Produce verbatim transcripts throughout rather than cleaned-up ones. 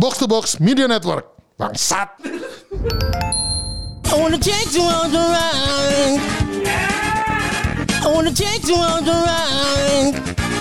Box to Box Media Network. Bangsat. I wanna take you on the ride. I wanna take you on the ride.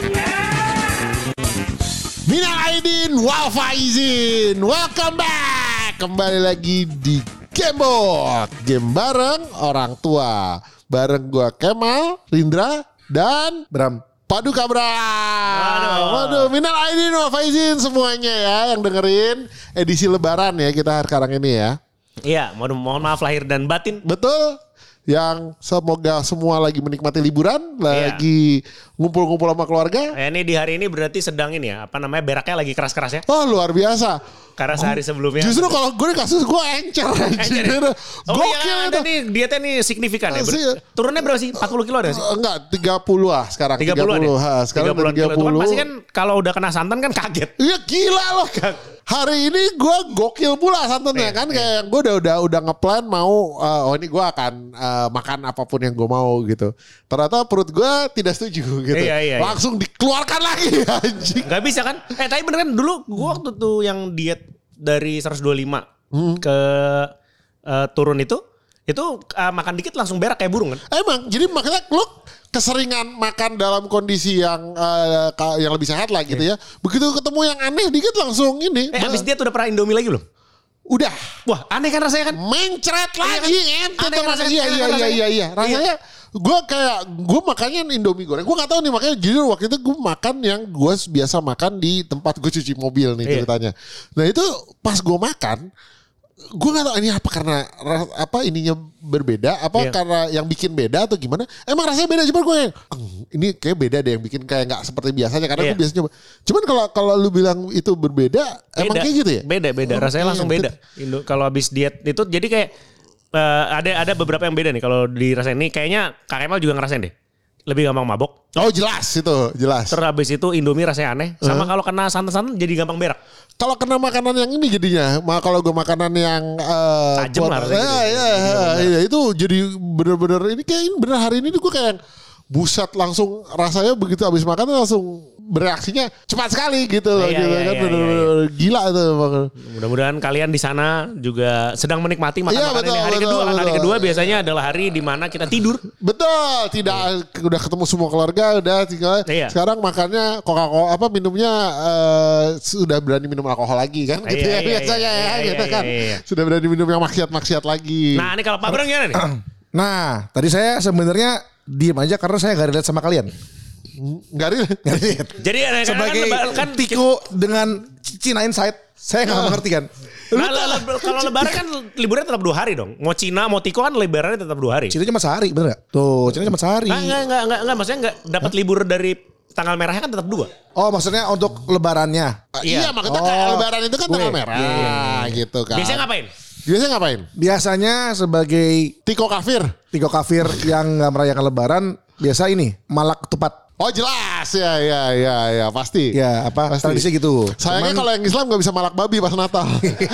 Minal Aidin wal faizin. Welcome back. Kembali lagi di Gamebot. Game bareng orang tua. Bareng gua Kemal, Rindra, dan Bram. Paduka Bram. Waduh. Waduh, Minal Aidin wal faizin semuanya ya yang dengerin edisi lebaran ya kita sekarang ini ya. Iya, mohon, mohon maaf lahir dan batin. Betul. Yang semoga semua lagi menikmati liburan, lagi iya. ngumpul-ngumpul sama keluarga. Eh, ini di hari ini berarti sedang ini ya, apa namanya, beraknya lagi keras-keras ya. Oh luar biasa. Karena sehari sebelumnya. Justru kalau gue kasus gue encer. Encer ya? Oh Gokil yang ada nih dietnya nih signifikan ya. Ber- turunnya berapa sih? empat puluh kilo ada sih? Enggak, tiga puluh lah sekarang. tiga puluh ya? Ha, sekarang tiga puluh. tiga puluh. Pasti kan kalau udah kena santan kan kaget. Iya gila loh. Hari ini gue gokil pula santannya eh, kan. eh. Kayak gue udah udah udah ngeplan mau uh, oh ini gue akan uh, makan apapun yang gue mau gitu. Ternyata perut gue tidak setuju gitu. Iya, iya, Langsung iya. dikeluarkan lagi anjing. Gak bisa kan? Eh tapi bener kan dulu gue waktu tuh yang diet dari seratus dua puluh lima hmm. ke uh, turun itu. Itu uh, makan dikit langsung berak kayak burung kan? Emang, jadi makanya lu keseringan makan dalam kondisi yang uh, yang lebih sehat lah gitu ya. Begitu ketemu yang aneh dikit langsung ini. Eh abis dia tuh udah pernah Indomie lagi belum? Udah. Wah aneh kan rasanya kan? Mencret lagi ente aneh tuh kan rasanya. Iya, iya, iya, iya, iya. Rasanya gue kayak, gue makannya Indomie goreng. Gue gak tahu nih makanya jadi waktu itu gue makan yang gue biasa makan di tempat gue cuci mobil nih ceritanya. Nah itu pas gue makan, gue gak tahu ini apa karena apa ininya berbeda apa yeah. karena yang bikin beda atau gimana. Emang rasanya beda cuma gue yang ini kayak beda deh yang bikin kayak gak seperti biasanya karena yeah. gue biasanya cuman kalau kalau lu bilang itu berbeda beda. Emang kayak gitu ya? Beda beda oh, rasanya langsung beda. Kalau habis diet itu jadi kayak uh, ada ada beberapa yang beda nih kalau dirasain nih kayaknya Kak Kemal juga ngerasain deh. Lebih gampang mabok. Oh jelas itu, jelas. Terus habis itu Indomie rasanya aneh. Sama uh-huh. kalau kena santan-santan jadi gampang berak. Kalau kena makanan yang ini jadinya, mah kalau gue makanan yang uh, tajam lah rasanya. Ya, gitu. ya, ya, ya, itu jadi bener-bener ini kayak ini bener hari ini gue kayak buset langsung rasanya begitu habis makan langsung bereaksinya cepat sekali gitu loh, iya, gitu iya, kan iya, bener-bener iya, iya. gila tuh. Mudah-mudahan kalian di sana juga sedang menikmati makan-makan iya, ini hari betul, kedua. betul. Hari kedua biasanya adalah hari di mana kita tidur. Betul, tidak iya. udah ketemu semua keluarga, udah tinggal iya. sekarang makannya Coca-Cola apa minumnya uh, sudah berani minum alkohol lagi kan gitu iya, ya iya, biasanya iya, ya iya, gitu iya, kan. Iya, iya. Sudah berani minum yang maksiat-maksiat lagi. Nah, ini kalau Pak Bram gimana nih? Nah, tadi saya sebenarnya diem aja karena saya gak relate sama kalian. Gak relate. Jadi sebagai kan, kan Tiko dengan Cina Insight, saya gak mengerti kan. Nah, le- kalau lebaran kan liburnya tetap dua hari dong. Mau Cina, mau Tiko kan lebarannya tetap dua hari. Cina cuma sehari, bener gak? Tuh, Cina cuma sehari. Nah, enggak, enggak, enggak, enggak. Maksudnya enggak dapat libur dari tanggal merahnya kan tetap dua. Oh, maksudnya untuk lebarannya. Uh, iya, makanya oh, kayak lebaran itu kan tanggal merah iya, iya, iya. gitu kan. Biasanya ngapain? Biasanya ngapain? Biasanya sebagai Tiko kafir. Tiko kafir yang gak merayakan lebaran, biasa ini, malak ketupat. Oh jelas ya ya ya ya pasti. Ya apa pasti. Tradisi gitu. Sayangnya kalau yang Islam gak bisa malak babi pas Natal.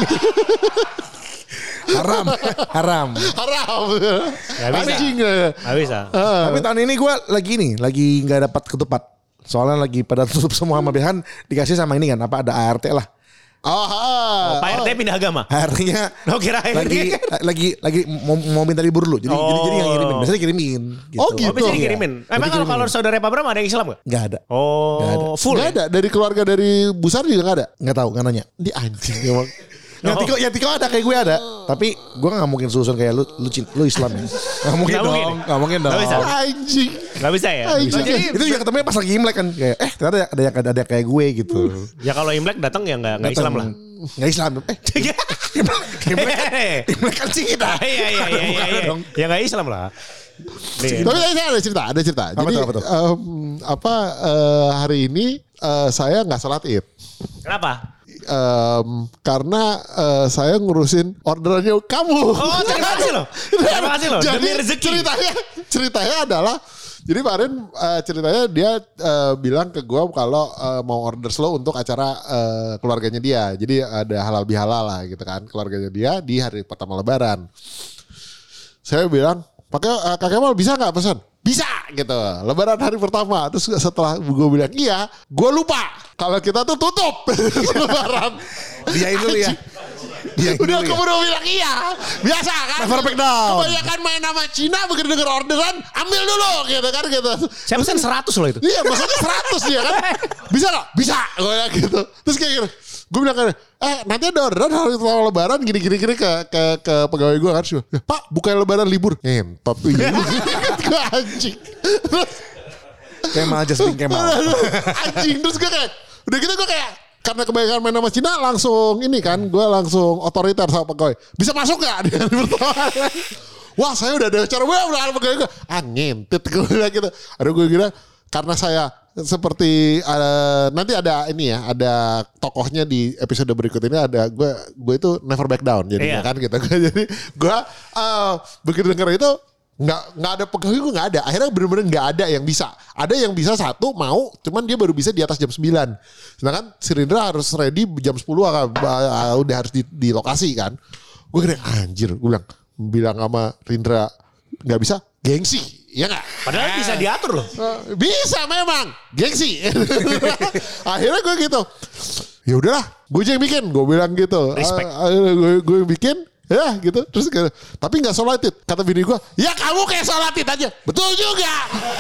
haram, haram. Haram. Gak bisa. Gak bisa. Uh. Tapi tahun ini gue lagi nih, lagi gak dapat ketupat. Soalnya lagi pada tutup semua sama Behan, dikasih sama ini kan, apa ada A R T lah. Oh, oh, Pak R T pindah agama. A R T-nya oh, kirain. lagi lagi lagi mau, mau minta libur dulu. Jadi oh. jadi jadi yang ngirimin. Biasanya kirimin gitu. Oh, gitu. Oh, biasanya dikirimin. Iya. Emang kalau kalau saudara Pak Bram ada yang Islam enggak? Enggak ada. Oh, gak ada. full. Enggak ada dari keluarga dari Busar juga enggak ada. Enggak tahu, enggak nanya. Di anjing emang. Ya Tiko, ya Tiko ada kayak gue ada. Tapi gue gak mungkin susun kayak lu lu, lu Islam ya. Gak mungkin gak dong. Mungkin. Gak mungkin dong. Gak bisa. Anjing. Gak bisa ya. Anjing. Jadi, itu juga ketemunya pas lagi Imlek kan. Kayak eh ternyata ada yang ada, ada kayak gue gitu. Ya kalau Imlek datang ya gak, gak Islam lah. Gak Islam. Eh Imlek, Imlek kan sih kita. Iya iya iya iya. Ya gak Islam lah. Tapi saya ada cerita, ada cerita. Apa Jadi tuh, apa, tuh? Um, apa uh, hari ini uh, saya nggak sholat Id. Kenapa? Um, karena uh, saya ngurusin orderannya kamu. Oh terima kasih loh. Terima kasih loh. Jadi demi rezeki. ceritanya, ceritanya adalah jadi kemarin uh, ceritanya dia uh, bilang ke gue kalau uh, mau order slow untuk acara uh, keluarganya dia. Jadi ada halal bihalal lah gitu kan keluarganya dia di hari pertama Lebaran. Saya bilang pakai uh, Kak Kemal bisa nggak pesan? Bisa gitu. Lebaran hari pertama. Terus setelah gue bilang iya, gue lupa kalau kita tuh tutup lebaran. Diain dulu ya. Diain Udah dulu ya. keburu bilang iya. Biasa kan. Never back down. Kebanyakan main sama Cina begitu denger orderan, ambil dulu gitu kan gitu. Saya pesen seratus loh itu. Iya maksudnya seratus dia kan. Bisa gak? Bisa. Gue bilang gitu. Terus kayak gitu. Gue bilang kan, eh nanti ada orderan hari pertama lebaran gini-gini gini ke, ke, ke pegawai gue kan. Pak bukan lebaran libur. Ngentot tuh. Gue anjing. Terus. Kemal just being Kemal. Anjing. Terus gue kayak, udah gitu gue kayak, karena kebanyakan main sama Cina langsung ini kan. Gue langsung otoriter sama pegawai. Bisa masuk gak di hari pertama? Wah saya udah ada cara gue udah ada pegawai gue. Ah ngentit gue bilang gitu. Aduh gue kira karena saya seperti uh, nanti ada ini ya, ada tokohnya di episode berikut ini ada gue gue itu never back down jadinya iya. kan gitu. Jadi gue uh, begitu denger itu nggak nggak ada pegawai gue nggak ada. Akhirnya bener-bener nggak ada yang bisa. Ada yang bisa satu mau, cuman dia baru bisa di atas jam sembilan. Sedangkan si Rindra harus ready jam sepuluh kan, uh, udah harus di, di lokasi kan. Gue kira anjir, gue bilang bilang sama Rindra nggak bisa, gengsi. Ya enggak? Padahal bisa diatur loh. Bisa memang. Gengsi. Akhirnya gue gitu. Ya udahlah, gue aja yang bikin. Gue bilang gitu. Respect. Akhirnya gue, gue yang bikin. Ya gitu. Terus tapi gak sholat id. Kata bini gue, ya kamu kayak sholat id aja. Betul juga.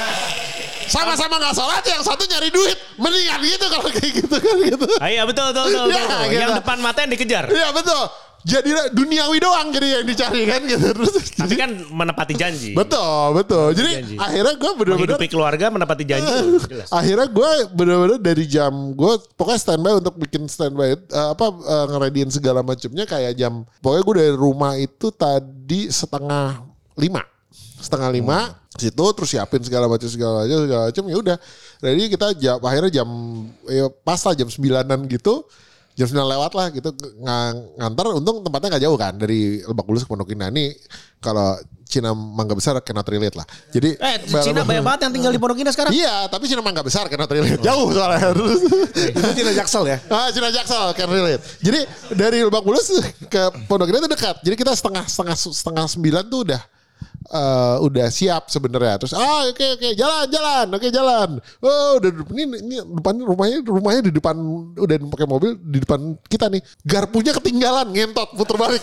Sama-sama gak sholat, yang satu nyari duit. Mendingan gitu kalau kayak gitu kan gitu. Ah, iya betul, betul, betul. Ya, betul. gitu. Yang depan mata yang dikejar. Iya betul. Jadi duniawi doang jadi yang dicari kan gitu. Terus tapi kan menepati janji. Betul, betul. Jadi janji. akhirnya gue bener-bener menghidupi keluarga menepati janji. Uh, akhirnya gue bener-bener dari jam gue pokoknya standby untuk bikin standby uh, apa uh, ngerediin segala macamnya kayak jam pokoknya gue dari rumah itu tadi setengah lima setengah lima hmm. situ terus siapin segala macam segala macam segala macam ya udah. Jadi kita jam akhirnya jam ya pas lah jam sembilanan gitu. Jam sembilan lewat lah gitu ng- ngantar. Untung tempatnya gak jauh kan dari Lebak Bulus ke Pondok Indah. Ini kalau Cina Mangga Besar cannot relate lah. Jadi eh Cina banyak banget yang tinggal di Pondok Indah sekarang. Iya tapi Cina Mangga Besar cannot relate. Jauh soalnya. Itu Cina Jaksel ya? Ah Cina Jaksel cannot relate. Jadi dari Lebak Bulus ke Pondok Indah itu dekat. Jadi kita setengah setengah setengah sembilan tuh udah Uh, udah siap sebenarnya. Terus ah oke okay, oke okay, jalan jalan oke okay, jalan. Oh udah ini ini depan rumahnya rumahnya di depan udah pakai mobil di depan kita nih. Garpunya ketinggalan ngentot puter balik.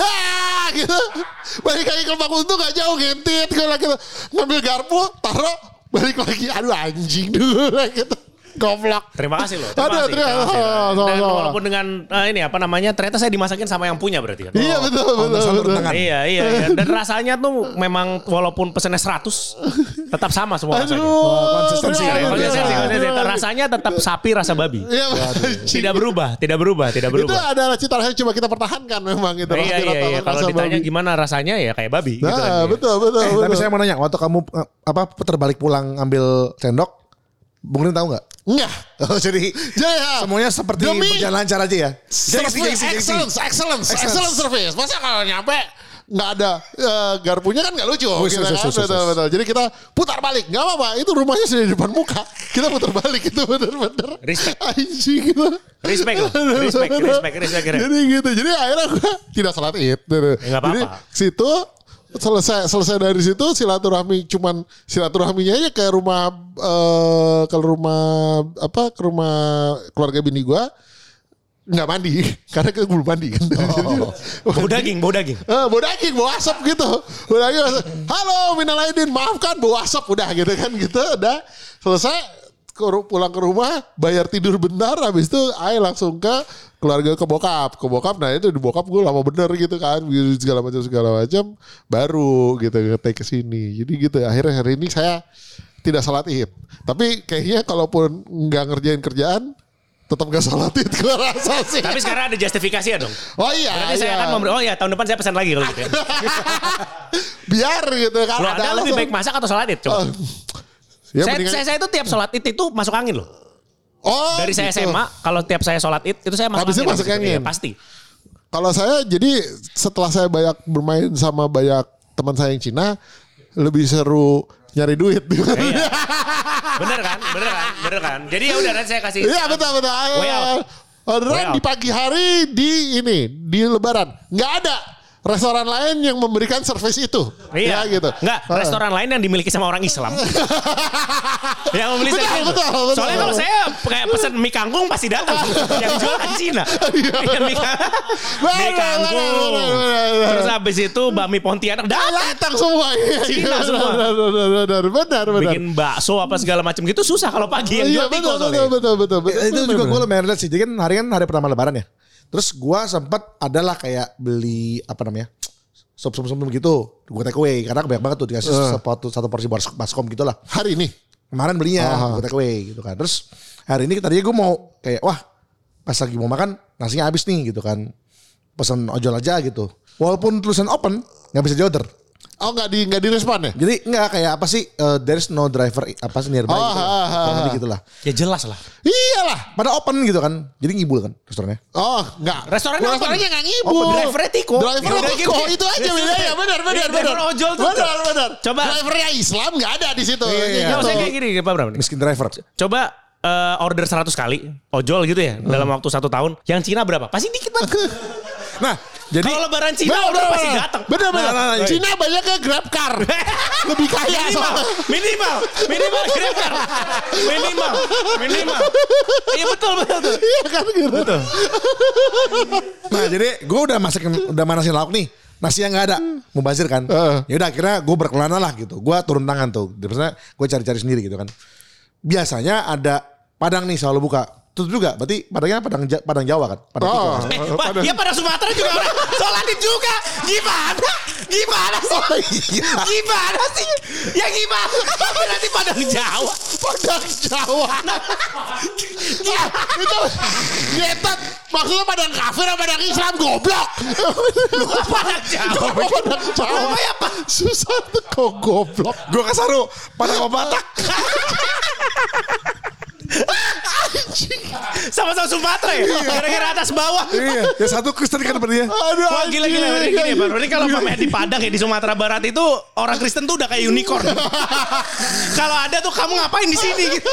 Ha gitu. Balik lagi ke Lebak Bulus tuh gak jauh ngentit kalau gitu. Ngambil garpu taruh balik lagi. Aduh anjing dulu gitu. Goblok. Terima kasih loh. Terima Aduh, kasih. terima Terima kasih. kasih. Dan Oh, oh. walaupun dengan uh, ini apa namanya ternyata saya dimasakin sama yang punya berarti kan. Iya betul betul. betul. Iya iya iya. Dan rasanya tuh memang walaupun pesannya seratus tetap sama semua rasanya. Aduh. Konsistensi. Aduh, Konsistensi, aduh, konsistensi. aduh. Rasanya tetap sapi rasa babi. Iya, Tidak berubah, tidak berubah, tidak itu berubah. adalah cita rasa yang coba kita pertahankan memang gitu. Iya iya iya. Kalau ditanya gimana rasanya ya kayak babi. Nah gitu kan. betul betul. Eh, betul. tapi saya mau nanya, waktu kamu eh, apa terbalik pulang ambil sendok, Bung Rin tahu nggak? Enggak. Oh, jadi Ya, semuanya seperti demi berjalan lancar aja ya? service, Gengsi, gengsi, gengsi. excellence, excellence, excellence service. Masa kalau nyampe nggak ada uh, garpunya kan nggak lucu. Oh, gitu sus, kan? sus, sus, Betul, sus. betul. Jadi kita putar balik. Nggak apa-apa. Itu rumahnya sudah di depan muka. Kita putar balik itu bener-bener. Respect. Anjing gitu. Respect loh. Respect, respect, respect. Jadi gitu. Jadi akhirnya gue tidak salat id. Gitu. Ya, nggak apa-apa. Jadi situ selesai selesai dari situ silaturahmi cuman silaturahminya aja ke rumah uh, ke rumah apa ke rumah keluarga bini gue nggak mandi karena kita belum mandi kan. Oh. Bau daging, bau daging. Eh, bau daging, bau asap gitu. Bau daging. Asap. Halo, minal aidin, maafkan bau asap udah gitu kan gitu. Udah selesai pulang ke rumah, bayar tidur bentar, habis itu ayo langsung ke keluarga ke bokap, ke bokap. Nah itu di bokap gue lama bener gitu kan, segala macam segala macam, baru gitu ngetek ke sini. Jadi gitu. Akhirnya hari ini saya tidak salat id. Tapi kayaknya kalaupun nggak ngerjain kerjaan, tetap gak salat id gue rasa sih. Tapi sekarang ada justifikasi ya dong. Oh iya. Berarti iya. saya akan memberi, oh ya tahun depan saya pesan lagi kalau gitu ya. Biar gitu kan. Loh, Anda lebih baik masak atau sholat id? Coba. Uh, ya saya, mendingan- saya, saya itu tiap sholat id itu masuk angin loh. Oh, Dari saya gitu. S M A, kalau tiap saya sholat id itu saya masuk Habisnya angin. masuk Habis itu, angin. ya, pasti. Kalau saya jadi setelah saya banyak bermain sama banyak teman saya yang Cina, lebih seru nyari duit. Iya. Bener kan? Bener kan? Bener kan? Jadi ya udah nanti saya kasih. Iya betul betul. Way out. Orderan Way out. di pagi hari di ini di Lebaran nggak ada restoran lain yang memberikan service itu. Iya Ya, gitu. Enggak, Ah. restoran lain yang dimiliki sama orang Islam. Yang membeli Betul, service itu. betul, betul. Soalnya kalau saya kayak pesen mie kangkung pasti datang. Yang jual kan Cina. Iya, mie kang- mie Benar, kangkung. benar, benar, benar. Terus habis itu bakmi Pontianak datang. Datang semua. Iya, Cina iya, semua. Benar, benar, benar, benar, benar. Bikin bakso apa segala macam gitu susah kalau pagi yang Iya, jual tiko betul, betul, soalnya. betul, betul, betul. Itu juga gue lumayan relate sih. Jadi kan hari kan hari pertama lebaran ya. Terus gue sempat adalah kayak beli apa namanya sop sop sop gitu. Gue take away karena banyak banget tuh dikasih Uh. satu satu porsi bas- baskom gitu lah. Hari ini. Kemarin belinya Aha. gue take away gitu kan. Terus hari ini tadinya gue mau kayak wah pas lagi mau makan nasinya habis nih gitu kan. Pesan ojol aja gitu. Walaupun tulisan open nggak bisa diorder. Oh nggak di nggak direspon ya? Jadi nggak kayak apa sih uh, there is no driver apa sih nearby Oh, gitu. ha, ha, Kurang ha. lebih gitu lah. Ya jelas lah. Iyalah. Pada open gitu kan. Jadi ngibul kan restorannya. Oh nggak. Restorannya apa? Restorannya nggak ngibul. Oh, drivernya Tiko. Drivernya Ya udah Tiko gitu. itu aja bedanya. Benar benar Iya, benar. driver ojol tuh. Benar benar. Coba. Drivernya Islam nggak ada di situ. Iya, Kayak iya. Ya, gitu. saya kayak gini Pak Bram. Miskin driver. Coba eh, order seratus kali ojol gitu ya dalam waktu satu tahun. Yang Cina berapa? Pasti dikit banget. Nah jadi Kalau lebaran Cina order pasti datang. Benar benar. Nah, nah, nah, Cina banyak ke Grab Car. Lebih kaya Minimal, soalnya. minimal, minimal Grab Car. Minimal, minimal. Iya betul betul. betul. Iya kan gitu. Betul. Nah jadi gue udah masak udah manasin lauk nih. Nasi yang nggak ada, mubazir kan. Uh. Ya udah akhirnya gue berkelana lah gitu. Gue turun tangan tuh. Biasanya gue cari-cari sendiri gitu kan. Biasanya ada Padang nih selalu buka. Tutup juga. Berarti Padangnya Padang Ja- Padang Jawa kan. Padang Tiko. Oh. Eh, Pak, dia pada Sumatera juga orang Solanit juga. Gimana? Gimana sih? Oh, iya. Gimana sih? Ya gimana? Berarti Padang Jawa. Padang Jawa. Ah, itu ngetet. Maksudnya Padang kafir apa Padang Islam goblok. Padang Jawa. Padang Jawa. Namanya apa? Susah tuh kok goblok. Gue kesaru Padang Batak. Sama-sama Sumatera ya? Kira-kira atas bawah. Iya. Ya satu Kristen kan berarti ya. Aduh, Wah gila gila berarti gini ya Bang. Berarti kalau pamer di Padang ya di Sumatera Barat itu orang Kristen tuh udah kayak unicorn. Kalau ada tuh kamu ngapain di sini gitu.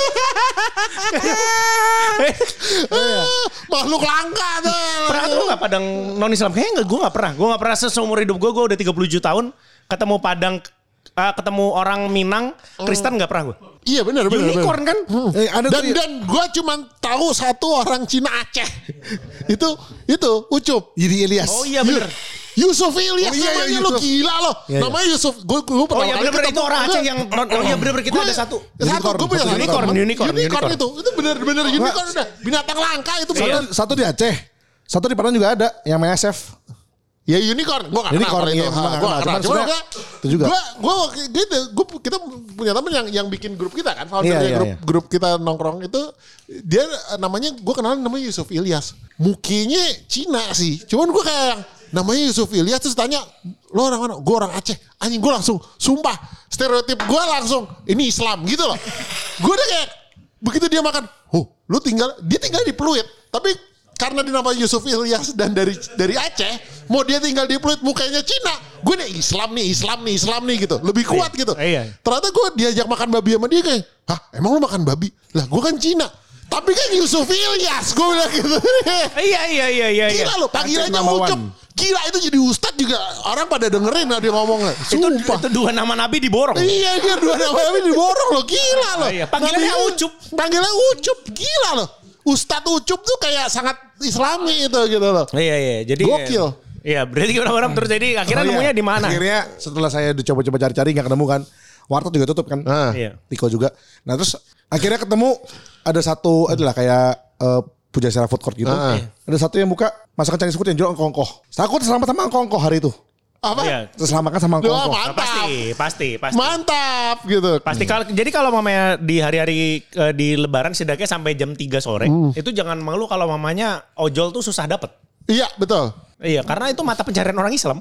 Ah, makhluk langka tuh. Pernah ketemu gak Padang non Islam? Kayaknya enggak, gue gak pernah. Gue gak pernah seumur hidup gue. Gue udah tiga puluh tujuh tahun ketemu Padang, uh, ketemu orang Minang, Kristen gak pernah gue. Iya benar benar. Unicorn benar. kan? Hmm. Eh, ada dan tuh- dan gue cuma tahu satu orang Cina Aceh. itu itu Ucup. Yudi Ilyas. Oh iya bener. Yusuf Ilyas Oh, iya, iya, namanya lo Yusuf. gila lo. Iya, iya. Namanya Yusuf. Gue gue Oh pertama iya kali bener-bener itu ketemu. orang Aceh Enggak. yang non- oh iya bener-bener kita Gua- ada satu. Satu, Unicorn, gue punya satu satu. unicorn, unicorn, unicorn unicorn. itu. Itu bener-bener unicorn udah. Binatang langka itu. Iya. bener. Satu di Aceh. Satu di Padang juga ada yang M S F. Ya unicorn, gue gak kenal Unicorn, kalau itu. iya, Ha, emang gak Gue kenal. gak kenal. Cuman Cuma sebenarnya gue, itu juga. gue, gue gitu, gue kita punya temen yang yang bikin grup kita kan, foundernya Iya, iya, grup iya. grup kita nongkrong itu, dia eh, namanya gue kenal namanya Yusuf Ilyas. Mukinya Cina sih, cuman gue kayak namanya Yusuf Ilyas terus tanya, lo orang mana? Gue orang Aceh. Anjing gue langsung, sumpah stereotip gue langsung ini Islam gitu loh. Gue udah kayak begitu dia makan, oh lu tinggal, dia tinggal di Pluit, tapi karena dinamai Yusuf Ilyas dan dari dari Aceh, mau dia tinggal di Pluit mukanya Cina, gue nih Islam nih, Islam nih, Islam nih gitu, lebih kuat Iya, gitu. iya. Ternyata gue diajak makan babi sama dia kayak, hah emang lu makan babi? Lah gue kan Cina, tapi kan Yusuf Ilyas, gue bilang gitu. Iya iya iya iya. iya. Gila lo, panggilannya number one. Ucup. Gila itu jadi ustadz juga orang pada dengerin lah dia ngomongnya. Itu, Sumpah. itu dua nama Nabi diborong. Iya dia dua nama Nabi diborong loh, gila loh. Oh, iya. Panggilannya Nabi- Ucup. Panggilannya Ucup, gila loh. Ustadz Ucup tuh kayak sangat Islami itu gitu loh. Iya iya. Jadi Gokil. Iya berarti gimana orang terus jadi akhirnya Oh, iya. nemunya di mana? Akhirnya setelah saya udah coba-coba cari-cari nggak ketemu kan. Warteg juga tutup kan. Ah. Iya. Tiko juga. Nah terus akhirnya ketemu ada satu adalah kayak uh, Pujasera Food Court gitu. Ah. Ada satu yang buka masakan Chinese food yang jual ongkoh. Aku terselamat sama ongkoh hari itu. Apa? Iya. Terselamatkan sama Wah, ongkoh. mantap. Pasti pasti pasti. Mantap gitu. Pasti kalau jadi kalau mamanya di hari-hari eh, di Lebaran setidaknya sampai jam tiga sore itu jangan mengeluh kalau mamanya ojol tuh susah dapet. Iya betul. Iya karena itu mata pencarian orang Islam.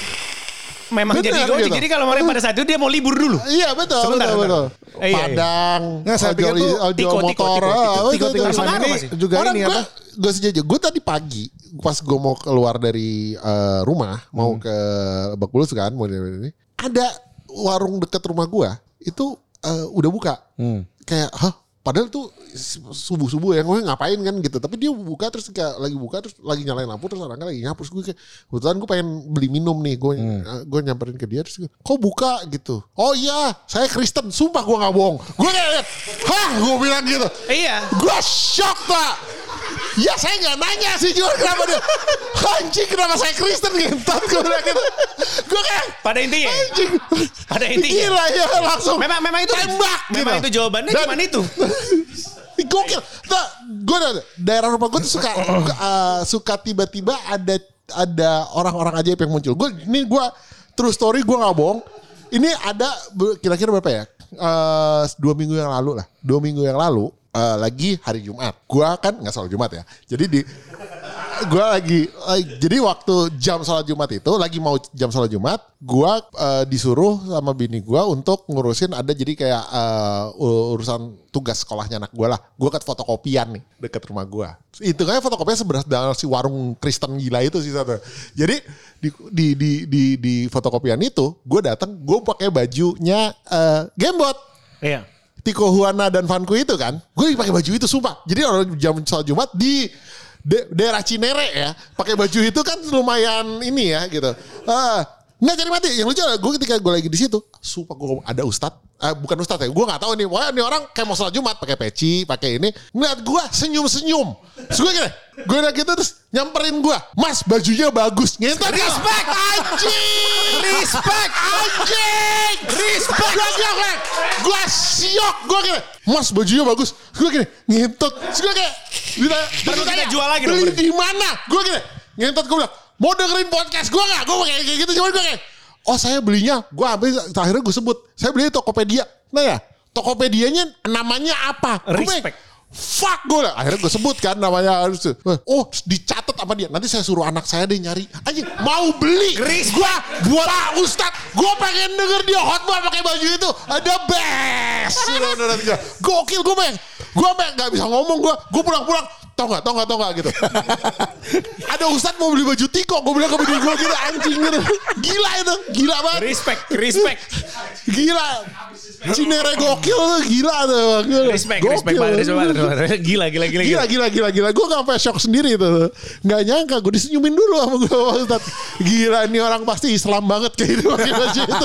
Memang Bener, jadi gojek. gitu. Jadi kalau mamanya pada saat itu dia mau libur dulu. Iya betul, Sebentar, betul, sebentar. betul. Eh, iya, iya. Padang, Nggak, saya pikir ojol, tuh ojol tiko, tiko, motor. tiko, tiko. ah, itu- Tiko-tiko itu- di sana Pengaruh ini sih. juga Orang ini gue, apa? gue sejujurnya, gue tadi pagi pas gue mau keluar dari eh, rumah, mau Hmm. ke Lebak Bulus kan, mau ini, ada warung dekat rumah gue itu eh, udah buka. Hmm. Kayak, hah Padahal tuh subuh-subuh ya, gue ngapain kan gitu. Tapi dia buka terus kayak lagi buka terus lagi nyalain lampu terus orangnya lagi ngapus. Gue kayak kebetulan gue pengen beli minum nih. Gue hmm. gue nyamperin ke dia terus gue, kok buka gitu. Oh iya saya Kristen. Sumpah gue gak bohong. Gue kayak, hah gue bilang gitu. Iya. Gue shock pak. Ya saya gak nanya sih juga kenapa dia. Anjing kenapa saya Kristen ngentot. Gue bilang gitu. Gue kayak. Pada intinya. Anjing. Pada intinya. Gila ya langsung. Memang, memang itu. Tembak memang gitu. itu jawabannya Dan, cuman itu. Gokil. Nah, gue daerah rumah gue tuh suka uh, suka tiba-tiba ada ada orang-orang ajaib yang muncul. Gue ini gue true story gue nggak bohong. Ini ada kira-kira berapa ya? Uh, dua minggu yang lalu lah. Dua minggu yang lalu uh, lagi hari Jumat. Gue kan nggak sholat Jumat ya. Jadi di gue lagi, uh, jadi waktu jam sholat Jumat itu lagi mau jam sholat Jumat, gue uh, disuruh sama bini gue untuk ngurusin ada jadi kayak uh, urusan tugas sekolahnya anak gue lah. Gue ke fotokopian nih deket rumah gue. Itu kayak fotokopian sebelah dengan si warung Kristen gila itu sih satu. Jadi di di di di, di fotokopian itu gue datang, gue pakai bajunya uh, Gamebot. Iya. Tiko Huana dan Vanku itu kan, gue pakai baju itu sumpah. Jadi orang jam sholat Jumat di De, daerah Cinere ya, pakai baju itu kan lumayan ini ya gitu. Ah, nggak jadi mati. Yang lucu adalah gue ketika gue lagi di situ, sumpah gue ada ustadz, ah, bukan ustadz ya, gue nggak tahu nih. Wah ini orang kayak mau sholat Jumat pakai peci, pakai ini, ngeliat gue senyum senyum. Terus gue gini, gue udah gitu terus nyamperin gue, mas bajunya bagus, ngentot. Respect, anjing, respect, anjing, respect. Gue gini, gue siok, gue gini, mas bajunya bagus, gue gini, ngentot. Terus gue kayak, perlu kita jual lagi dong. Beli dong. di mana? Gue gini, ngentot gue bilang, mau dengerin podcast gue nggak? Gue kayak gitu, cuman gue kayak, oh saya belinya, gue ambil, akhirnya gue sebut, saya beli di Tokopedia. Nah ya, Tokopedianya namanya apa? Respect. Fuck gue lah. Akhirnya gue sebut kan namanya. Oh dicatat apa dia. Nanti saya suruh anak saya deh nyari. Anjing mau beli. Gue buat Pak Ustadz. Gue pengen denger dia khotbah pakai baju itu. Ada best. Gokil gue pengen. Gue pengen gak bisa ngomong gue. Gue pulang-pulang. Tau gak, tau gak, tau gak gitu. Ada Ustadz mau beli baju Tiko. Gue bilang ke bini gue gitu anjing gitu. Gila itu. Gila banget. Respect, respect. Gila. Cinere gokil tuh. Gila tuh. Respect, gokil. Respect banget. Respect. Gila, gila, gila. Gila, gila, gila, gila. Gue gak sampai shock sendiri tuh. Gak nyangka. Gue disenyumin dulu sama gue Ustadz. Gila ini orang pasti Islam banget kayak gitu. Pakai baju itu.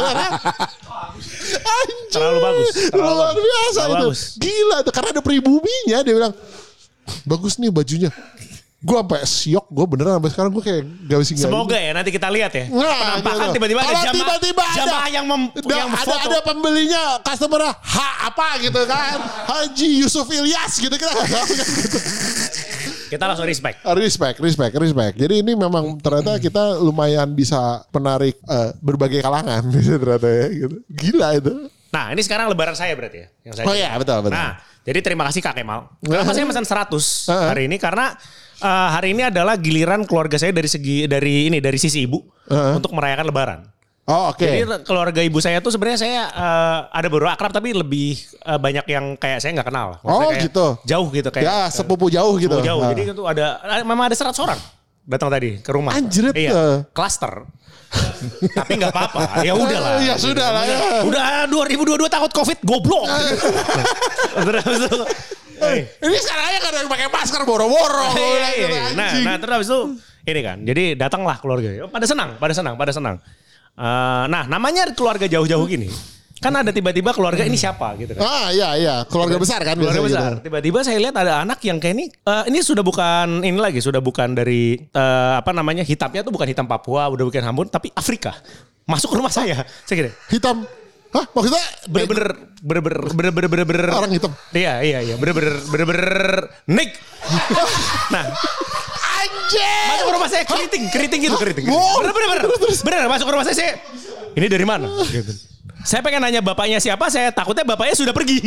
Anjing. Terlalu bagus. Terlalu luar biasa terlalu itu. Bagus. Gila tuh. Karena ada pribuminya. Dia bilang. Bagus nih bajunya. Gue sampai siok. Gue beneran sampai sekarang gue kayak gak bisa nggak. Semoga ya nanti kita lihat ya. Nah, penampakan gitu. tiba-tiba ada jamaah, tiba-tiba jamaah yang mem, da, yang ada, foto. ada pembelinya customer ha apa gitu kan. Haji Yusuf Ilyas gitu kita gak tahu kan gitu. Kita langsung respect. Respect, respect, respect. Jadi ini memang ternyata kita lumayan bisa menarik uh, berbagai kalangan ternyata ya gitu. Gila itu. Nah ini sekarang lebaran saya berarti ya. Yang saya oh iya betul betul. Nah jadi terima kasih Kak Kemal. Kenapa saya pesan seratus hari ini? Karena uh, hari ini adalah giliran keluarga saya dari segi dari ini dari sisi ibu uh-huh. untuk merayakan lebaran. Oh oke. Okay. Jadi keluarga ibu saya tuh sebenarnya saya uh, ada beberapa akrab tapi lebih uh, banyak yang kayak saya nggak kenal. Maksudnya oh kayak gitu. Jauh gitu kayak. Ya sepupu jauh gitu. Sepupu jauh. Nah. Jadi itu ada memang ada seratus orang datang tadi ke rumah. Anjir. Iya. Cluster. Tapi nggak apa-apa. Ya udahlah. Ya sudah lah. Ya. Udah dua ribu dua puluh dua takut Covid goblok. Terus Hey. Ini sekarang aja kadang pakai masker boro-boro. Iya, iya, iya. Nah, nah terus itu ini kan. Jadi datanglah keluarga. Pada senang, pada senang, pada senang. Uh, nah, namanya keluarga jauh-jauh gini. Kan ada tiba-tiba keluarga ini siapa gitu kan. Ah, iya iya, keluarga besar kan. Keluarga besar. Gitu. Tiba-tiba saya lihat ada anak yang kayak ini uh, ini sudah bukan ini lagi, sudah bukan dari uh, apa namanya? Hitamnya tuh bukan hitam Papua, udah bukan Hambun, tapi Afrika. Masuk ke rumah saya. Saya kira. Hitam hah? Maksudnya bener-bener bener-bener bener-bener bener-bener orang hitam. Iya iya iya bener-bener bener-bener Nick. Nah, anjing. masuk ke rumah saya keriting, keriting gitu, keriting. Bener-bener bener masuk ke rumah saya, saya ini dari mana? Gitu. Saya pengen nanya bapaknya siapa, saya takutnya bapaknya sudah pergi.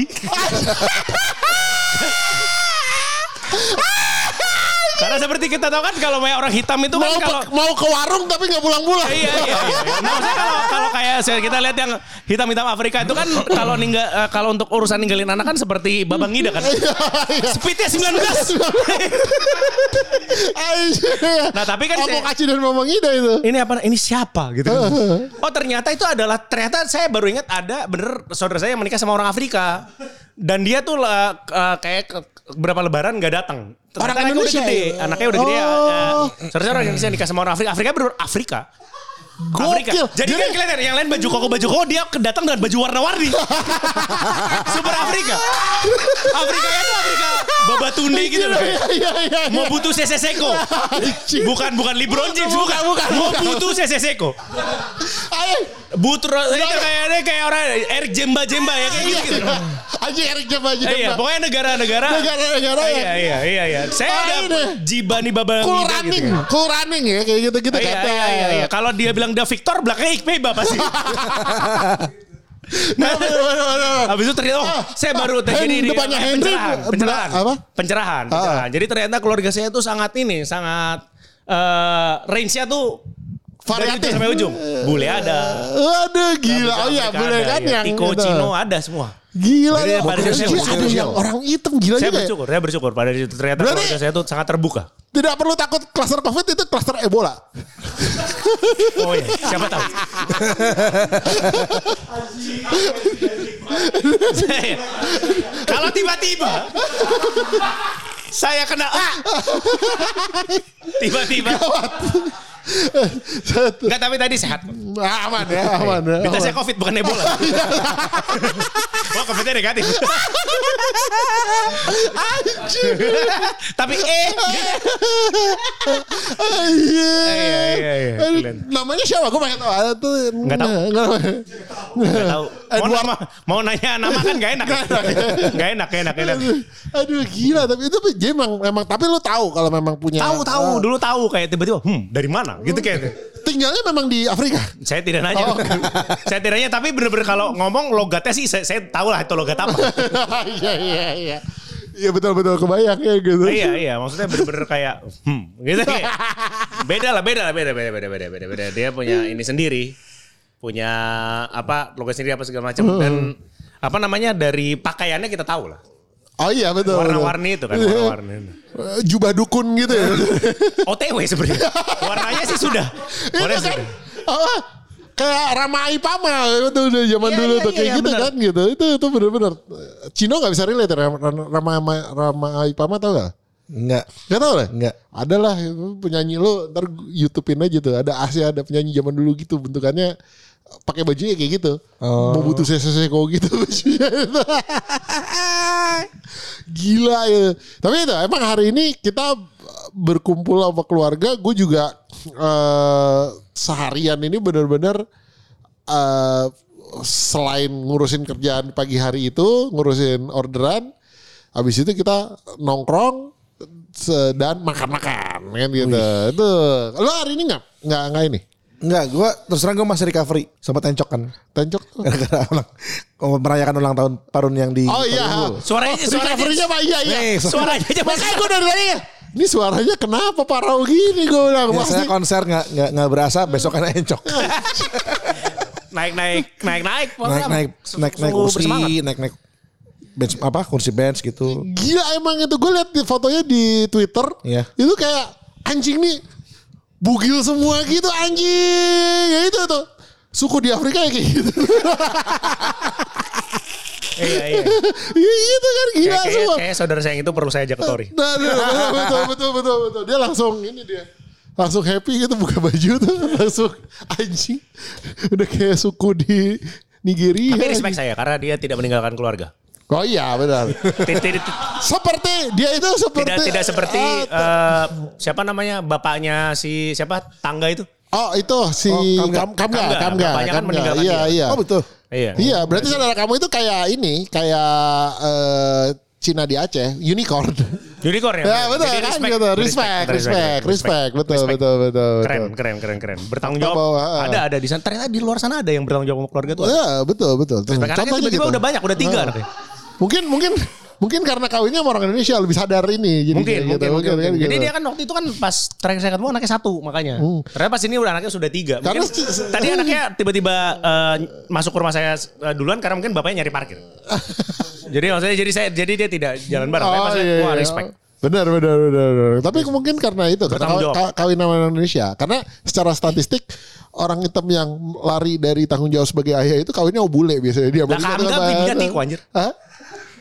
Karena seperti kita tahu kan kalau orang hitam itu kan mau, kalau mau ke warung tapi nggak pulang-pulang. Iya iya iya. Nah, maksudnya kalau kalau kayak kita lihat yang hitam-hitam Afrika itu kan kalau ninggal uh, kalau untuk urusan ninggalin anak kan seperti Babang Ngida kan. Speednya sembilan belas. Nah tapi kan Om Kaci dan Babang Ngida itu. Ini apa? Ini siapa gitu. Oh ternyata itu adalah ternyata saya baru ingat ada bener saudara saya yang menikah sama orang Afrika. Dan dia tuh uh, uh, kayak ke, berapa lebaran gak datang. Orang anaknya Indonesia udah gede, ya? anaknya udah gede ya. Oh. Uh, Seharusnya orang Indonesia nikah sama orang Afrika. Afrika bener Afrika. Afrika. Gokil. Jadi, Jadi kan kelihatan yang lain baju koko baju koko dia datang dengan baju warna-warni. Super Afrika. Afrika itu Afrika Babatunde gitu loh. Iya iya. Mau butuh Seseseko. Bukan bukan LeBron James bukan. bukan. Mau butuh Seseseko. Ayo. Butuh itu kayaknya kayak orang Eric Jemba Jemba ya kayak gitu. Aja Eric Jemba Jemba. Iya, pokoknya negara-negara. Negara-negara ya. Iya iya iya iya. Saya Ah, udah ini. Jibani Baba Cool gitu. running, cool running ya kayak gitu-gitu Iya, kata. iya, iya, iya. Kalau dia bilang Da Victor, belakangnya Ikpeba pasti. Nah, habis itu ternyata, oh, saya baru jadi ini depannya Henry pencerahan, pencerahan, apa? pencerahan, pencerahan. Jadi ternyata keluarga saya tuh sangat ini, sangat uh, range-nya tuh variatif dari ujung sampai ujung. Bule ada. Aduh gila. Oh iya, bule kan ya. yang Tiko itu. Cino ada semua. Gila Jadi ya. pada Ada saya bersyukur. yang orang hitam gila Saya juga. ya. bersyukur, saya bersyukur pada itu ternyata Berarti- keluarga saya tuh sangat terbuka. Tidak perlu takut kluster Covid itu kluster Ebola. Oh iya, siapa tahu. Saya- Kalau tiba-tiba saya kena ah, tiba-tiba enggak tapi tadi sehat. Aman ya, aman ya. Minta saya aman. Covid bukan Ebola. Wah, Covidnya negatif. Tapi eh Ah, Iya. iya, iya, iya. Aduh, Keren. namanya siapa? Gue pengen tahu. Ada tuh. Nggak tahu. Nggak tahu. Nggak tahu. Mau Edward. nama, mau nanya nama kan gak enak. Gak enak, gak enak, gak enak. Aduh, aduh gila tapi itu dia emang memang tapi lu tahu kalau memang punya Tahu tahu Ah, dulu tahu kayak tiba-tiba hmm dari mana gitu kayak. tinggalnya memang di Afrika. Saya tidak nanya. Oh. Saya tidak nanya tapi bener-bener kalau ngomong logatnya sih saya, saya tahu lah itu logat apa. Iya iya iya. Iya betul-betul kebayang ya gitu. Iya iya maksudnya bener-bener kayak hmm gitu kayak. Beda lah beda lah beda beda beda beda beda beda. Dia punya ini sendiri. Punya apa logat sendiri apa segala macam dan apa namanya dari pakaiannya kita tahu lah. Oh iya betul. Warna-warni itu kan warna-warni. Eh, Jubah dukun gitu ya. O T W sebenarnya. Warnanya sih sudah. Itu Warnanya kan sudah. apa? Kayak Rama Aipama itu udah zaman Iya, dulu iya, tuh iya, kayak iya, gitu benar. kan gitu. Itu itu benar-benar Cino nggak bisa relate ya, Rama Rama, Rama Aipama tau gak? Enggak. Gak tau lah? Enggak. Ada lah penyanyi lu ntar YouTubein aja tuh. Ada Asia ada penyanyi zaman dulu gitu bentukannya pakai bajunya kayak gitu. Oh. Mau butuh seseko gitu bajunya. Gila ya. Tapi itu emang hari ini kita berkumpul sama keluarga. Gue juga eh, seharian ini benar-benar eh, selain ngurusin kerjaan pagi hari itu, ngurusin orderan, habis itu kita nongkrong se- dan makan-makan kan gitu. Itu. Lo hari ini nggak nggak nggak ini? Enggak, gue terus terang gue masih recovery sama tencok kan. Tencok tuh. Gara-gara ulang, merayakan ulang tahun Parun yang di Oh iya. Suaranya suaranya Recovery-nya Pak iya iya. Nih, suaranya aja Makanya gue dari tadi ya. Ini suaranya kenapa parau gini gue bilang. biasanya Pasti- konser nggak nggak nggak berasa besokan encok. naik naik naik naik naik naik naik naik Sungguh kursi, bersemangat. naik naik bench apa kursi bench gitu. Gila emang itu gue lihat di fotonya di Twitter. Iya. Itu kayak anjing nih bugil semua gitu anjing. Ya itu tuh. Suku di Afrika ya kayak gitu. Iya iya. Iya itu kan gila Kayak, kayak, semua. kayak saudara saya yang itu perlu saya ajak ke Tori. Nah, nah, betul, betul, betul, betul, betul. Dia langsung ini dia. Langsung happy gitu buka baju tuh. Langsung anjing. Udah kayak suku di Nigeria. Tapi respect saya karena dia tidak meninggalkan keluarga. Oh iya benar. Tidak tidak, Seperti dia itu seperti. tidak seperti Ah, eh, siapa namanya bapaknya si siapa tangga itu. oh itu si Oh, Kam- Kamga. Kamga. Kamga. Kamga. Bapaknya kan Kamga. meninggalkan Iya dia. iya. Oh betul. Iya. Iya berarti saudara kamu itu kayak ini. Kayak eh, Cina di Aceh. Unicorn. Unicorn ya. Ya betul Jadi kan respect, gitu. Respect, respect, respect. Betul, respect. betul, betul. Keren, betul. keren, keren, keren. Bertanggung Apa, jawab. ah. Ada, ada di sana. Ternyata di luar sana ada yang bertanggung jawab sama keluarga tuh. Ya betul, betul. Tuh, Respect. Karena kan contohnya tiba-tiba gitu. udah banyak, udah tiga Ah. anaknya. Mungkin, mungkin, mungkin karena kawinnya sama orang Indonesia lebih sadar ini. Jadi Mungkin, kayak mungkin, gitu, mungkin, kan mungkin. Jadi gitu. dia kan waktu itu kan pas terakhir saya ketemu anaknya satu makanya. Ternyata pas ini udah anaknya sudah tiga. Karena Mungkin si- tadi anaknya tiba-tiba eh, masuk ke rumah saya eh, duluan karena mungkin bapaknya nyari parkir. Jadi maksudnya jadi saya jadi dia tidak jalan bareng. Tapi Oh, maksudnya iya, wah iya. respect. Benar, benar, benar, benar. Tapi mungkin karena itu, karena Bertanggung kaw- jawab. kaw- kawin sama orang Indonesia. Karena secara statistik orang hitam yang lari dari tanggung jawab sebagai ayah itu kawinnya bule biasanya dia. Lah Kamga bininya Tiko anjir. Hah?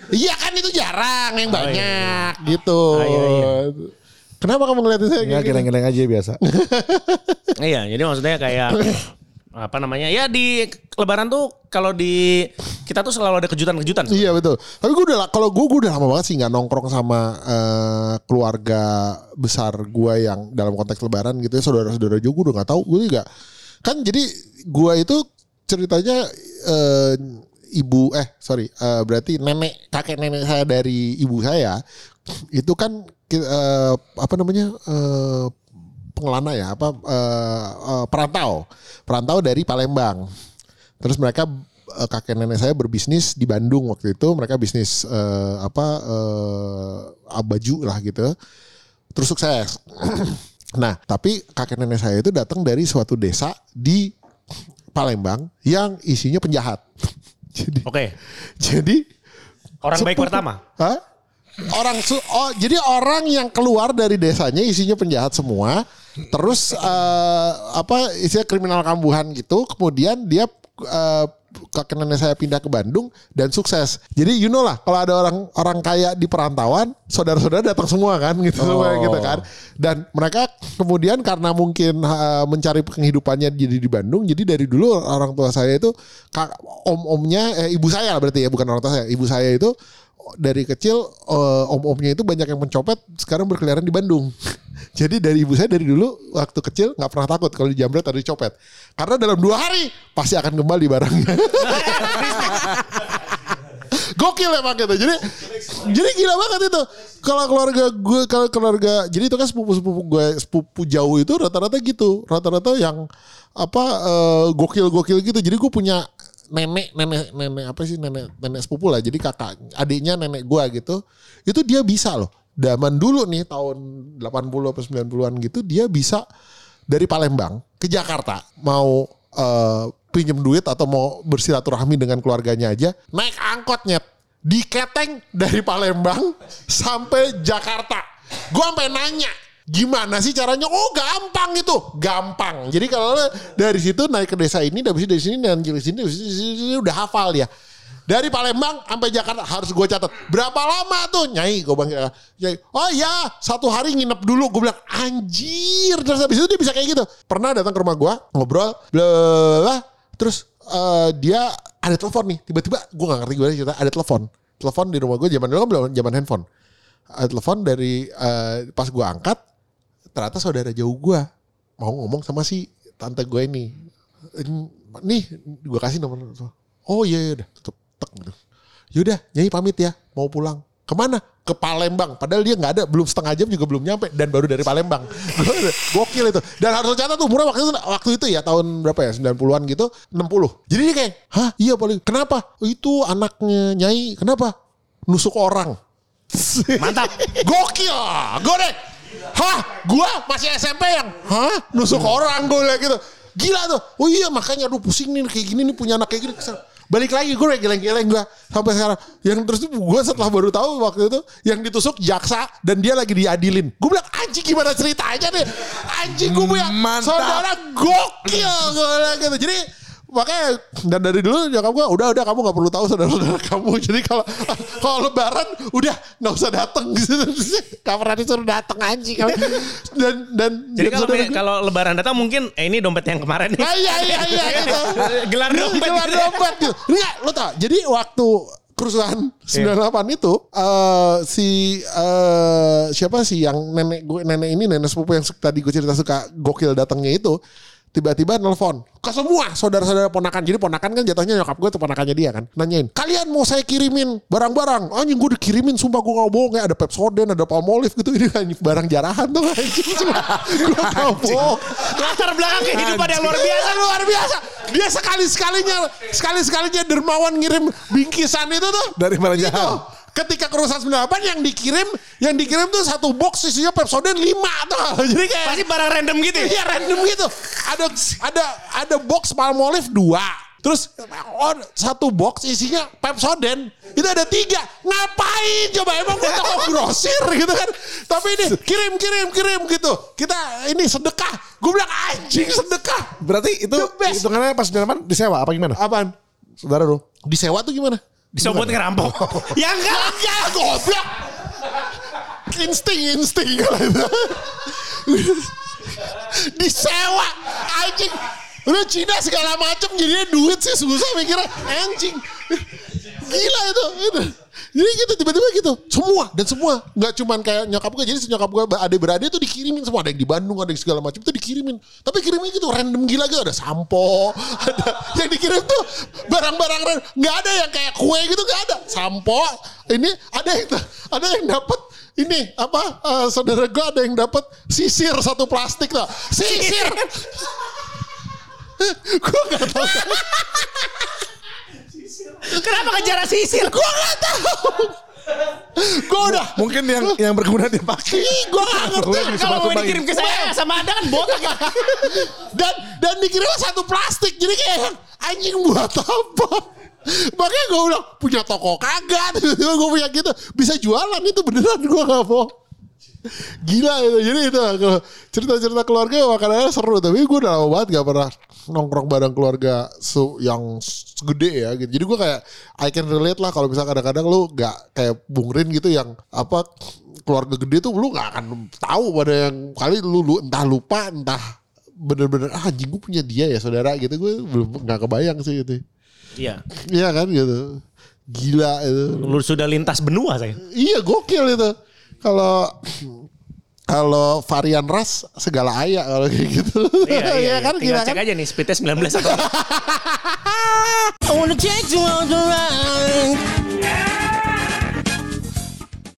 Iya kan itu jarang yang Oh, banyak iya. gitu. Ah, iya, iya. Kenapa kamu ngeliatin saya? Enggak, geleng-geleng aja biasa. Iya, jadi maksudnya kayak apa namanya? Ya di Lebaran tuh kalau di kita tuh selalu ada kejutan-kejutan. Iya betul. Tapi gue udah kalau gue gue udah lama banget sih nggak nongkrong sama uh, keluarga besar gue yang dalam konteks Lebaran gitu ya, saudara-saudara juga gue udah nggak tahu. Gue juga kan jadi gue itu ceritanya uh, ibu eh sorry uh, berarti nenek kakek nenek saya dari ibu saya itu kan uh, apa namanya uh, pengelana ya apa uh, uh, perantau perantau dari Palembang. Terus mereka uh, kakek nenek saya berbisnis di Bandung waktu itu, mereka bisnis uh, apa uh, baju lah gitu. Terus sukses. Nah, tapi kakek nenek saya itu datang dari suatu desa di Palembang yang isinya penjahat. Jadi Oke. Okay. Jadi orang sepupu, baik pertama. Hah? Orang su oh jadi orang yang keluar dari desanya isinya penjahat semua. Terus uh, apa isinya kriminal kambuhan gitu. Kemudian dia uh, kakek nenek saya pindah ke Bandung dan sukses. Jadi you know lah kalau ada orang orang kaya di perantauan, saudara-saudara datang semua kan gitu oh. semua gitu kan. Dan mereka kemudian karena mungkin uh, mencari penghidupannya jadi di Bandung, jadi dari dulu orang tua saya itu kak, om-omnya eh, ibu saya berarti ya bukan orang tua saya, ibu saya itu dari kecil uh, om-omnya itu banyak yang mencopet, sekarang berkeliaran di Bandung. Jadi dari ibu saya dari dulu waktu kecil nggak pernah takut kalau dijamret atau dicopet, karena dalam dua hari pasti akan kembali barangnya. Gokil emang gitu. Jadi jadi gila banget itu. Kalau keluarga gue kalau keluarga jadi itu kan sepupu-sepupu gue sepupu jauh itu rata-rata gitu, rata-rata yang apa uh, gokil-gokil gitu. Jadi gue punya nenek nenek nenek apa sih nenek nenek sepupu lah, jadi kakak adiknya nenek gua gitu, itu dia bisa loh zaman dulu nih tahun delapan puluh atau sembilan puluhan gitu, dia bisa dari Palembang ke Jakarta mau uh, pinjem duit atau mau bersilaturahmi dengan keluarganya aja naik angkotnya diketeng dari Palembang sampai Jakarta. Gua sampai nanya gimana sih caranya? Oh gampang itu, gampang. Jadi kalau dari situ naik ke desa ini, dari sini dan dari sini, dari sini udah hafal ya. Dari Palembang sampai Jakarta harus gue catat. Berapa lama tuh? Nyai, gue bilang, Nyai. Oh ya, satu hari nginep dulu. Gue bilang anjir. Terus habis itu dia bisa kayak gitu. Pernah datang ke rumah gue, ngobrol, bla terus uh, dia ada telepon nih. Tiba-tiba gue nggak ngerti gue cerita ada telepon. Telepon di rumah gue zaman dulu kan belum zaman handphone. Ada telepon dari uh, pas gue angkat. Ternyata saudara jauh gue mau ngomong sama si tante gue ini. Nih gue kasih nomor. Oh iya iya udah tutup. Tek gitu. Yaudah Nyai pamit ya mau pulang. Kemana? Ke Palembang. Padahal dia gak ada. Belum setengah jam juga belum nyampe. Dan baru dari Palembang. Gokil itu. Dan harus catat tuh umurnya waktu itu, waktu itu ya tahun berapa ya sembilan puluhan gitu. enam puluh. Jadi dia kayak hah iya paling. Kenapa? Itu anaknya Nyai. Kenapa? Nusuk orang. Mantap. Gokil. Gue deh. Hah, gue masih S M P yang hah nusuk hmm. orang gue gitu. Gila tuh. Oh iya makanya aduh pusing nih kayak gini nih punya anak kayak gini. Balik lagi gue geleng-geleng gue sampai sekarang. Yang terus tuh gue setelah baru tahu waktu itu yang ditusuk jaksa dan dia lagi diadilin. Gue bilang anjing gimana ceritanya nih. Anjing gue punya saudara gokil gue bilang gitu. Jadi makanya dan dari dulu nyokap gue udah udah kamu nggak perlu tahu saudara-saudara kamu. Jadi kalau kalau Lebaran udah nggak usah datang gitu. Kapan disuruh datang anjing dan dan jadi kalau kalau Lebaran datang mungkin eh, ini dompet yang kemarin nih. Ah, iya iya iya gitu. Gelar dompet. Gelar dompet gitu. Enggak, lo tau. Jadi waktu kerusuhan sembilan puluh delapan itu uh, si uh, siapa sih yang nenek gue nenek ini nenek sepupu yang tadi gue cerita suka gokil datangnya itu tiba-tiba nelfon ke semua saudara-saudara ponakan. Jadi ponakan kan jatuhnya nyokap gue tuh ponakannya dia kan. Nanyain, kalian mau saya kirimin barang-barang? Anjing gue dikirimin sumpah gue gak bohong. Kayak ada Pepsodent, ada Palmolive gitu. Ini kan barang jarahan tuh anjing. Gue gak bohong. Latar belakang kehidupan yang luar biasa. Luar biasa. Dia sekali-sekalinya sekali-sekalinya dermawan ngirim bingkisan itu tuh. Dari barang jahat. Ketika kerusuhan sembilan puluh delapan yang dikirim yang dikirim tuh satu box isinya Pepsodent lima tuh. Jadi kayak pasti barang random gitu. Iya random gitu. Ada ada ada box Palmolive dua. Terus oh, satu box isinya Pepsodent itu ada tiga. Ngapain coba emang gue toko grosir gitu kan. Tapi ini kirim kirim kirim gitu. Kita ini sedekah. Gue bilang anjing sedekah. Berarti itu hitungannya pas sembilan puluh delapan disewa apa gimana? Apaan? Saudara lu. Disewa tuh gimana? Disobot ngerampok. Ya enggak. Enggak goblok. Insting insting kalau itu. Disewa anjing. Udah Cina segala macam jadinya duit sih susah mikirnya anjing. Gila itu, itu. Jadi gitu tiba-tiba gitu. Semua dan semua nggak cuman kayak nyokap gue. Jadi si nyokap gue adik-beradik tuh dikirimin semua. Ada yang di Bandung, ada yang segala macam itu dikirimin. Tapi kirimnya gitu random gila gitu. Ada sampo, ada yang dikirim tuh barang-barang random. Nggak ada yang kayak kue gitu, nggak ada. Sampo, ini ada yang ada yang dapat ini apa? Uh, saudara gue ada yang dapat sisir satu plastik lah. Sisir. Gue nggak tahu. Kenapa kejar sisir? Gue gak tahu. Gue udah. Mungkin yang yang berguna dia pakai. Gue gak ngerti. Kalau mau dikirim ke saya sama Anda kan botak. dan dan dikirim satu plastik. Jadi kayak anjing buat apa? Makanya gue bilang punya toko kagak. Gue punya gitu. Bisa jualan itu beneran gue gak mau. Gila itu. Jadi itu cerita-cerita keluarga makanannya seru. Tapi gue udah lama banget gak pernah nongkrong bareng keluarga su- yang gede ya gitu. Jadi gue kayak I can relate lah kalau misalnya kadang-kadang lu gak kayak Bung Rin gitu yang apa keluarga gede tuh lu gak akan tahu pada yang kali lu, lu entah lupa entah bener-bener ah anjing gue punya dia ya saudara gitu. Gue belum gak kebayang sih itu. Iya. Iya kan gitu. Gila itu. Lu sudah lintas benua saya. Iya gokil itu. Kalau kalau varian ras segala ayah kalau kayak gitu. Iya, iya, iya. kan Tinggal gila cek kan. aja nih speednya sembilan belas atau I wanna take you on the ride.